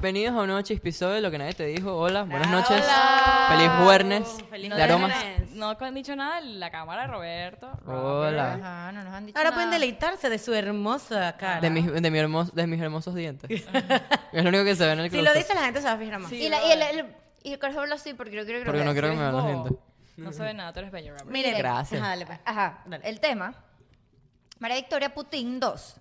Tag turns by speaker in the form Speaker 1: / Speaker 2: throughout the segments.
Speaker 1: bienvenidos a un nuevo episodio de Lo que nadie te dijo. Hola, buenas noches.
Speaker 2: Hola.
Speaker 1: Feliz jueves
Speaker 2: Feliz
Speaker 1: de aromas.
Speaker 2: No han dicho nada en la cámara de Roberto.
Speaker 1: Hola.
Speaker 3: Ajá, no nos han dicho
Speaker 4: Ahora
Speaker 3: nada.
Speaker 4: pueden deleitarse de su hermosa cara.
Speaker 1: De mis hermosos dientes. Es lo único que se ve en el
Speaker 4: Si
Speaker 1: closet.
Speaker 4: lo dice la gente se va a fijar más.
Speaker 2: Sí.
Speaker 3: Y el corazón así porque no quiero que
Speaker 1: Porque
Speaker 3: lo
Speaker 1: no
Speaker 3: veas.
Speaker 1: quiero que me vean la
Speaker 2: Fijo.
Speaker 1: gente.
Speaker 2: No se ve nada, tú eres bello, Robert.
Speaker 4: Miren,
Speaker 1: Gracias.
Speaker 4: Ajá, dale, pues.
Speaker 3: Ajá,
Speaker 4: Dale.
Speaker 3: el tema. María Victoria Putin 2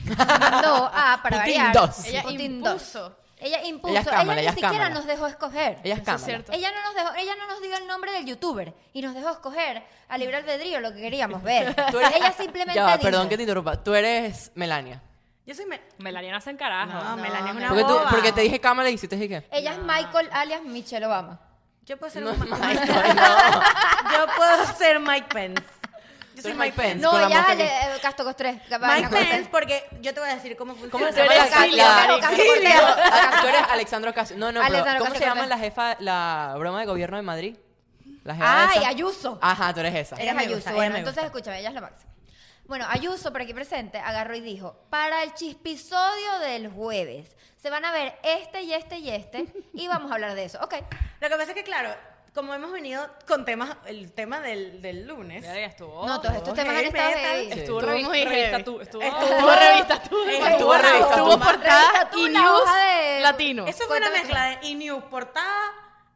Speaker 3: mandó a, para
Speaker 1: Putin
Speaker 3: variar,
Speaker 1: 2.
Speaker 3: ella impuso. Ella impuso.
Speaker 1: Ella es cámara,
Speaker 3: ni
Speaker 1: ella es
Speaker 3: siquiera
Speaker 1: cámara.
Speaker 3: nos dejó escoger.
Speaker 1: Ella es
Speaker 2: Eso es
Speaker 1: cámara.
Speaker 2: cierto.
Speaker 3: Ella no nos dio el nombre del youtuber y nos dejó escoger a libre albedrío lo que queríamos ver.
Speaker 1: Tú eres-
Speaker 3: Ella simplemente
Speaker 1: Ya va,
Speaker 3: dijo,
Speaker 1: perdón que te interrumpa. Tú eres Melania.
Speaker 4: Yo soy...
Speaker 2: Melania no hace en carajo.
Speaker 4: No, Melania es una
Speaker 1: Porque,
Speaker 4: boba.
Speaker 1: porque te dije cámara y hiciste qué.
Speaker 3: ella es Michael alias Michelle Obama.
Speaker 4: Yo puedo ser
Speaker 1: No,
Speaker 4: un...
Speaker 1: Michael, no.
Speaker 4: Yo puedo ser Mike Pence. Yo
Speaker 1: Tú
Speaker 4: soy
Speaker 1: eres
Speaker 4: Mike Pence.
Speaker 3: No,
Speaker 1: con la
Speaker 3: ella
Speaker 1: mosca
Speaker 3: es Casto Costres.
Speaker 4: Mike Pence porque yo te voy a decir cómo funciona.
Speaker 1: ¿Cómo se llama
Speaker 2: eres
Speaker 1: la
Speaker 2: Silvia,
Speaker 1: la-
Speaker 2: marica.
Speaker 1: Ah, tú eres Alexandro Casio. No, pero
Speaker 3: Alexandro
Speaker 1: ¿cómo se
Speaker 3: Ocasio
Speaker 1: llama
Speaker 3: Cortez.
Speaker 1: la jefa, la broma de gobierno de Madrid? La jefa
Speaker 3: Ay,
Speaker 1: esa.
Speaker 3: Ayuso.
Speaker 1: Ajá, tú eres esa.
Speaker 4: Ella
Speaker 3: Eres
Speaker 4: me
Speaker 3: Ayuso.
Speaker 4: gusta,
Speaker 3: Bueno,
Speaker 4: ella me
Speaker 3: entonces
Speaker 4: gusta.
Speaker 3: escúchame, ella es la máxima. Bueno, Ayuso, por aquí presente, agarró y dijo, para el chispisodio del jueves, se van a ver este y este y este, y vamos a hablar de eso. Ok.
Speaker 4: Lo que pasa es que, claro, como hemos venido con temas, el tema del lunes.
Speaker 2: Ya estuvo.
Speaker 3: No, todos estos temas han
Speaker 4: heavy
Speaker 3: estado
Speaker 4: metal.
Speaker 3: heavy.
Speaker 2: Estuvo
Speaker 4: Estuvo muy
Speaker 2: revista
Speaker 4: heavy.
Speaker 2: tú. Estuvo
Speaker 4: revista
Speaker 2: tú.
Speaker 1: Estuvo revista
Speaker 2: Estuvo
Speaker 1: tú.
Speaker 2: portada
Speaker 3: Revista tú,
Speaker 2: y
Speaker 3: la
Speaker 2: news
Speaker 3: hoja de-
Speaker 2: latino.
Speaker 4: Eso fue una
Speaker 3: Cuéntame.
Speaker 4: mezcla de E-News, portada,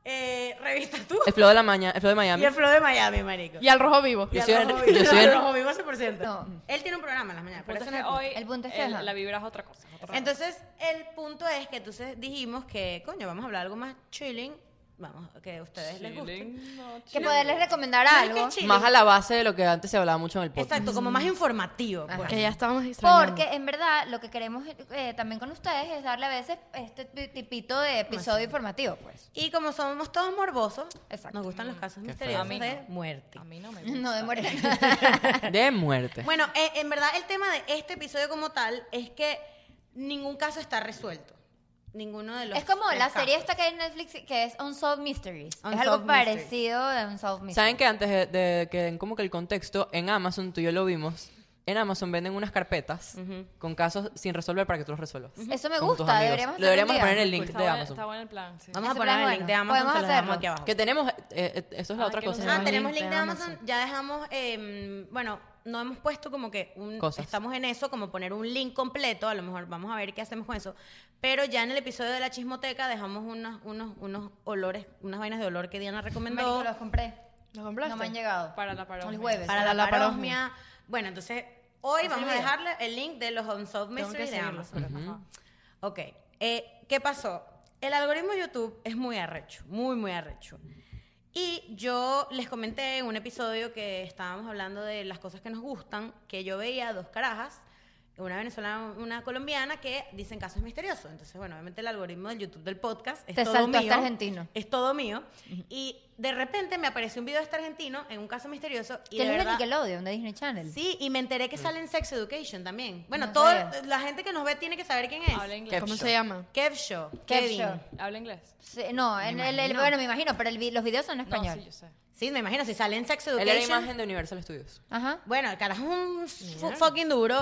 Speaker 4: revista tú
Speaker 1: El flow de la mañana, el flow de Miami.
Speaker 4: y el flow de Miami, marico.
Speaker 2: Y al rojo vivo.
Speaker 1: Yo
Speaker 4: Y
Speaker 1: soy
Speaker 4: al
Speaker 1: el-
Speaker 4: rojo
Speaker 1: yo
Speaker 4: vivo.
Speaker 1: soy el-
Speaker 4: Al rojo vivo 100%.
Speaker 3: No.
Speaker 4: Él tiene un programa en las mañanas, pero
Speaker 2: Punto
Speaker 4: eso
Speaker 2: es
Speaker 4: no
Speaker 2: que
Speaker 4: es el punto.
Speaker 2: hoy
Speaker 3: El punto es que, ajá.
Speaker 2: la vibra es otra cosa.
Speaker 4: Entonces, el punto es que entonces dijimos que, coño, vamos a hablar algo más chilling, vamos, que a ustedes les guste.
Speaker 3: Que poderles recomendar
Speaker 4: No es que
Speaker 3: algo.
Speaker 4: chilling.
Speaker 1: Más a la base de lo que antes se hablaba mucho en el podcast.
Speaker 4: Exacto, como más informativo.
Speaker 3: Ajá.
Speaker 4: Pues.
Speaker 2: Que ya estábamos extrañando.
Speaker 3: Porque en verdad lo que queremos también con ustedes es darle a veces este tipito de episodio informativo, pues.
Speaker 4: Y como somos todos morbosos,
Speaker 3: Exacto.
Speaker 4: nos gustan los casos
Speaker 1: Qué
Speaker 4: misteriosos
Speaker 2: feo. A mí
Speaker 4: de
Speaker 2: no.
Speaker 4: muerte.
Speaker 2: A mí no me gusta.
Speaker 3: No demore.
Speaker 1: De muerte.
Speaker 4: Bueno, en verdad el tema de este episodio como tal es que ningún caso está resuelto. Ninguno de los
Speaker 3: Es como
Speaker 4: tres
Speaker 3: la serie
Speaker 4: casos.
Speaker 3: esta que hay en Netflix que es Unsolved Mysteries. es
Speaker 4: Unsolved
Speaker 3: algo
Speaker 4: Mysteries.
Speaker 3: parecido a Unsolved Mysteries.
Speaker 1: ¿Saben que antes de que den como que el contexto, en Amazon, tú y yo lo vimos, en Amazon venden unas carpetas con casos sin resolver para que tú los resuelvas?
Speaker 3: Eso me
Speaker 1: Con tus
Speaker 3: gusta,
Speaker 1: amigos.
Speaker 3: deberíamos hacerlo
Speaker 1: Deberíamos
Speaker 3: un día.
Speaker 1: poner el link
Speaker 2: Está
Speaker 1: de
Speaker 2: bueno-
Speaker 1: Amazon.
Speaker 2: Está bueno el plan, sí.
Speaker 4: Vamos a
Speaker 3: Ese
Speaker 4: poner
Speaker 3: plan
Speaker 4: el
Speaker 3: es
Speaker 4: link de
Speaker 3: bueno.
Speaker 4: Amazon,
Speaker 3: Podemos
Speaker 4: se los dejamos
Speaker 3: hacerlo.
Speaker 4: aquí abajo.
Speaker 1: Que tenemos, eso es la
Speaker 2: Ah,
Speaker 1: otra
Speaker 2: que
Speaker 1: cosa.
Speaker 2: nos
Speaker 4: Ah,
Speaker 2: el
Speaker 4: tenemos
Speaker 2: link
Speaker 4: link
Speaker 2: de
Speaker 4: de Amazon. Ya dejamos, bueno, no hemos puesto como que
Speaker 1: Cosas.
Speaker 4: estamos en eso, como poner un link completo, a lo mejor vamos a ver qué hacemos con eso, pero ya en el episodio de la chismoteca dejamos unos olores, unas vainas de olor que Diana recomendó
Speaker 3: Marico, los compré.
Speaker 2: ¿Lo compraste?
Speaker 3: No me han llegado.
Speaker 2: Para la parosmia.
Speaker 3: El jueves.
Speaker 4: para
Speaker 2: la
Speaker 4: la parosmia. Bueno, entonces hoy
Speaker 3: Ese
Speaker 4: vamos a
Speaker 3: video.
Speaker 4: dejarle el link de los Unsolved
Speaker 2: Tengo que
Speaker 4: Mysteries de
Speaker 2: seguirlo,
Speaker 4: Amazon.
Speaker 2: pero- ajá.
Speaker 4: Ok, ¿qué pasó? El algoritmo de YouTube es muy arrecho, muy arrecho. Y yo les comenté en un episodio que estábamos hablando de las cosas que nos gustan, que yo veía dos carajas, una venezolana y una colombiana, que dicen casos misteriosos. Entonces, bueno, obviamente el algoritmo del YouTube del podcast es
Speaker 3: Te
Speaker 4: todo
Speaker 3: saltó
Speaker 4: mío.
Speaker 3: este argentino.
Speaker 4: Es todo mío. Y de repente me apareció un video de este argentino en un caso misterioso. Y
Speaker 3: Que
Speaker 4: de
Speaker 3: él es de
Speaker 4: verdad,
Speaker 3: Nickelodeon, de Disney Channel.
Speaker 4: sí, y me enteré que sale en Sex Education también. Bueno,
Speaker 3: No
Speaker 4: toda
Speaker 3: sabía.
Speaker 4: la gente que nos ve tiene que saber quién es.
Speaker 2: Habla inglés.
Speaker 1: ¿Cómo
Speaker 2: ¿Cómo
Speaker 1: se
Speaker 2: llama?
Speaker 4: Kev Show.
Speaker 3: Kev
Speaker 4: Kevin.
Speaker 3: Show.
Speaker 2: Habla inglés.
Speaker 3: Sí, no, bueno, me imagino, pero los videos son en
Speaker 2: No,
Speaker 3: español.
Speaker 2: sí, yo sé.
Speaker 4: Sí, me imagino, si sale en Sex
Speaker 1: Él era
Speaker 4: Education.
Speaker 1: imagen de Universal Studios.
Speaker 3: Ajá.
Speaker 4: Bueno, el carajo es un fucking duro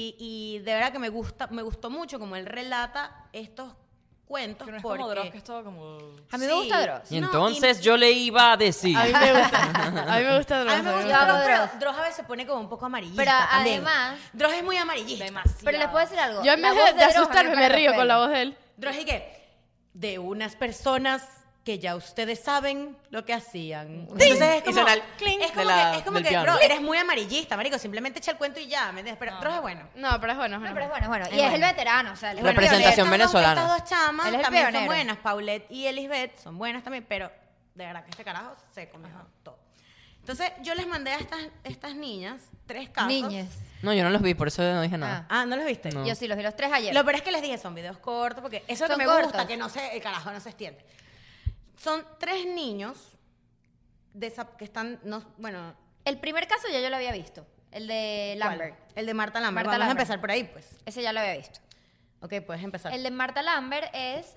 Speaker 4: y de verdad que me gustó mucho como él relata estos cuentos.
Speaker 2: Que no es
Speaker 4: porque...
Speaker 2: como Dross, que es todo como...
Speaker 3: A mí me gusta Dross.
Speaker 1: Y
Speaker 4: No,
Speaker 1: entonces yo le iba a decir.
Speaker 2: A mí me gusta. A mí me gusta
Speaker 4: A
Speaker 2: Dross.
Speaker 4: mí me
Speaker 3: Yo
Speaker 4: gusta
Speaker 3: amo
Speaker 4: Dross, pero
Speaker 3: Dross.
Speaker 4: Dross a veces se pone como un poco amarillista
Speaker 3: Pero
Speaker 4: también.
Speaker 3: además-
Speaker 4: Dross es muy amarillista.
Speaker 2: Demasiado.
Speaker 3: Pero les puedo decir algo.
Speaker 2: Yo en
Speaker 3: la
Speaker 2: vez
Speaker 3: voz
Speaker 2: de
Speaker 3: Dross a mí
Speaker 2: asustarme me
Speaker 3: para
Speaker 2: río
Speaker 3: los
Speaker 2: con la
Speaker 3: pelos.
Speaker 2: voz de él.
Speaker 4: Dross y qué? De unas personas que ya ustedes saben lo que hacían. Entonces es
Speaker 1: Y
Speaker 4: como,
Speaker 1: suena el clink
Speaker 4: es como
Speaker 1: de
Speaker 4: es como
Speaker 1: del
Speaker 4: que
Speaker 1: piano.
Speaker 4: bro, eres muy amarillista, marico, simplemente echa el cuento y ya, ¿me entiendes? Pero Dross es bueno.
Speaker 2: No, pero es bueno.
Speaker 3: No, pero es bueno.
Speaker 4: Es
Speaker 3: Y es el
Speaker 4: bueno.
Speaker 3: veterano, o sea, él es
Speaker 1: Representación
Speaker 3: pionero.
Speaker 1: venezolana.
Speaker 4: Estas dos chamas
Speaker 3: Él es el
Speaker 4: también son
Speaker 3: pionero.
Speaker 4: buenas. Paulette y Elizabeth son buenas también, pero de verdad que este carajo se comió todo. Entonces yo les mandé a estas niñas 3 casos.
Speaker 3: Niñas.
Speaker 1: No, yo no los vi, por eso no dije nada.
Speaker 4: Ah, ¿no los viste?
Speaker 1: No.
Speaker 3: Yo sí los vi los 3 ayer.
Speaker 4: Lo peor es que les dije, son videos cortos, porque eso es lo
Speaker 3: Son
Speaker 4: que me gusta,
Speaker 3: cortos.
Speaker 4: que no se, el carajo no se extiende. Son 3 niños que están, no, bueno,
Speaker 3: El primer caso ya yo lo había visto. El de
Speaker 4: ¿cuál?
Speaker 3: Lambert.
Speaker 4: El de Marta Lambert.
Speaker 3: Marta
Speaker 4: Vamos
Speaker 3: Lambert.
Speaker 4: a empezar por ahí, pues.
Speaker 3: Ese ya lo había visto.
Speaker 4: Ok, puedes empezar.
Speaker 3: El de Marta Lambert es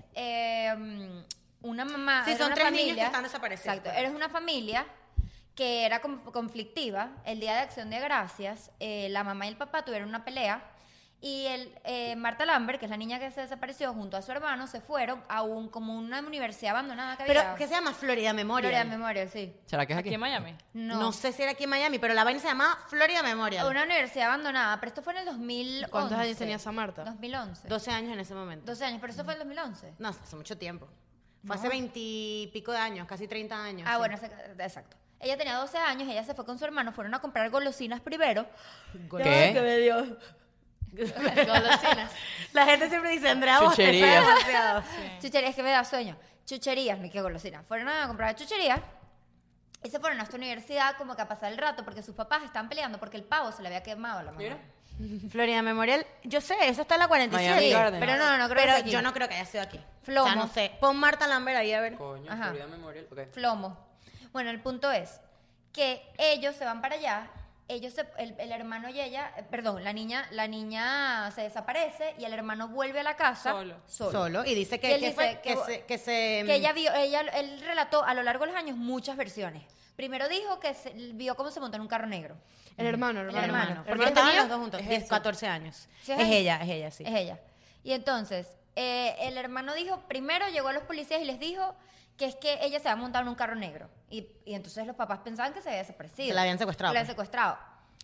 Speaker 3: una mamá.
Speaker 4: Sí,
Speaker 3: era
Speaker 4: son
Speaker 3: una
Speaker 4: 3 niños
Speaker 3: familia,
Speaker 4: que están desaparecidos.
Speaker 3: Exacto. Eres una familia que era conflictiva. El día de Acción de Gracias, la mamá y el papá tuvieron una pelea Y Marta Lambert, que es la niña que se desapareció, junto a su hermano, se fueron a como una universidad abandonada que
Speaker 4: Pero,
Speaker 3: había.
Speaker 4: ¿qué se llama? Florida Memorial.
Speaker 3: Florida Memorial, sí.
Speaker 1: ¿Será que es
Speaker 2: Aquí
Speaker 1: aquí?
Speaker 2: en Miami.
Speaker 4: No sé si era aquí en Miami, pero la vaina se llama Florida Memorial.
Speaker 3: Una universidad abandonada, pero esto fue en el 2011.
Speaker 2: ¿Cuántos años tenía esa Marta?
Speaker 3: 2011.
Speaker 4: 12 años en ese momento.
Speaker 3: 12 años, pero eso fue en el 2011.
Speaker 4: No, hace mucho tiempo. Fue hace 20 y pico de años, casi 30 años.
Speaker 3: Ah,
Speaker 4: sí.
Speaker 3: bueno, exacto. Ella tenía 12 años, ella se fue con su hermano, fueron a comprar golosinas primero.
Speaker 1: ¿Qué?
Speaker 3: Que me dio.
Speaker 2: Golosinas.
Speaker 4: La gente siempre dice, Andrea, vos te
Speaker 1: Chuchería.
Speaker 4: sabes demasiado.
Speaker 3: Chucherías, que me da sueño. Chucherías, ni qué golosinas. Fueron a comprar chucherías y se fueron a esta universidad como que a pasar el rato porque sus papás estaban peleando porque el pavo se le había quemado a la mamá.
Speaker 1: Mira.
Speaker 4: Florida Memorial, yo sé, eso está en la 47.
Speaker 1: Miami
Speaker 3: Sí,
Speaker 1: Garden.
Speaker 3: pero no creo que
Speaker 4: Pero
Speaker 3: sea aquí.
Speaker 4: yo no creo que haya sido aquí.
Speaker 3: Flomo.
Speaker 4: O sea, no sé. Pon Marta Lambert ahí a ver.
Speaker 1: Coño,
Speaker 3: Ajá.
Speaker 1: Florida Memorial. Ok.
Speaker 3: Flomo. Bueno, el punto es que ellos se van para allá, el hermano y ella, perdón, la niña se desaparece y el hermano vuelve a la casa
Speaker 4: Solo. Y dice
Speaker 3: Y
Speaker 4: que,
Speaker 3: él
Speaker 4: que
Speaker 3: dice
Speaker 4: fue-
Speaker 3: que-
Speaker 4: que se...
Speaker 3: que él relató a lo largo de los años muchas versiones. Primero dijo que vio cómo se montó en un carro negro.
Speaker 2: El hermano.
Speaker 3: El hermano.
Speaker 4: Porque estaban
Speaker 2: tenía-
Speaker 4: los dos juntos,
Speaker 1: es
Speaker 4: 10,
Speaker 1: eso.
Speaker 4: 14 años.
Speaker 3: Sí,
Speaker 4: es
Speaker 3: es
Speaker 4: ella, sí.
Speaker 3: Es ella. Y entonces, el hermano dijo, primero llegó a los policías y les dijo que es que ella se había montado en un carro negro. Y entonces los papás pensaban que se había desaparecido.
Speaker 4: Que la habían secuestrado,
Speaker 3: Que la habían
Speaker 4: pues.
Speaker 3: secuestrado.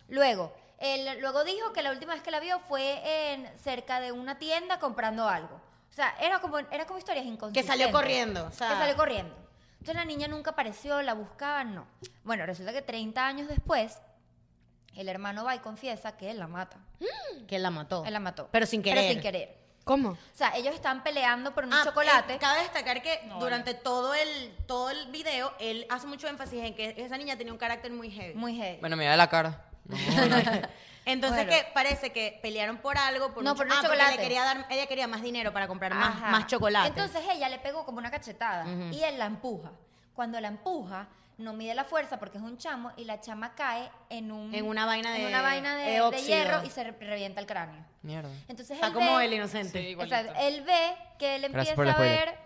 Speaker 3: Luego dijo que la última vez que la vio fue cerca de una tienda comprando algo. O sea, era como historias inconsistentes.
Speaker 4: Que salió corriendo, o sea.
Speaker 3: Que salió corriendo. Entonces la niña nunca apareció, la buscaban, no. Bueno, resulta que 30 años después, el hermano va y confiesa que él la mata.
Speaker 4: Que él la mató.
Speaker 3: Él la mató.
Speaker 4: Pero sin querer.
Speaker 3: Pero sin querer.
Speaker 2: ¿Cómo?
Speaker 3: O sea, ellos están peleando por un
Speaker 4: Ah,
Speaker 3: chocolate.
Speaker 4: cabe destacar que durante todo el video, él hace mucho énfasis en que esa niña tenía un carácter muy heavy.
Speaker 3: Muy heavy.
Speaker 1: Bueno, mira la cara. No.
Speaker 4: Entonces
Speaker 3: Bueno.
Speaker 4: que parece que pelearon por algo, por
Speaker 3: No,
Speaker 4: un
Speaker 3: por unos
Speaker 4: porque
Speaker 3: chocolates.
Speaker 4: ella quería más dinero para comprar
Speaker 3: Ajá.
Speaker 4: más chocolates.
Speaker 3: Entonces ella le pegó como una cachetada y él la empuja. Cuando la empuja, no mide la fuerza porque es un chamo y la chama cae en
Speaker 4: una vaina
Speaker 3: en
Speaker 4: de-
Speaker 3: una vaina
Speaker 4: de
Speaker 3: de
Speaker 4: óxido.
Speaker 3: hierro y se revienta el cráneo.
Speaker 1: Mierda.
Speaker 3: Entonces
Speaker 4: Está
Speaker 3: él
Speaker 4: como
Speaker 3: ve,
Speaker 4: el inocente.
Speaker 2: Sí, igualito.
Speaker 3: exacto, él ve que él
Speaker 1: Gracias
Speaker 3: empieza
Speaker 1: por el
Speaker 3: a
Speaker 1: spoiler.
Speaker 3: ver,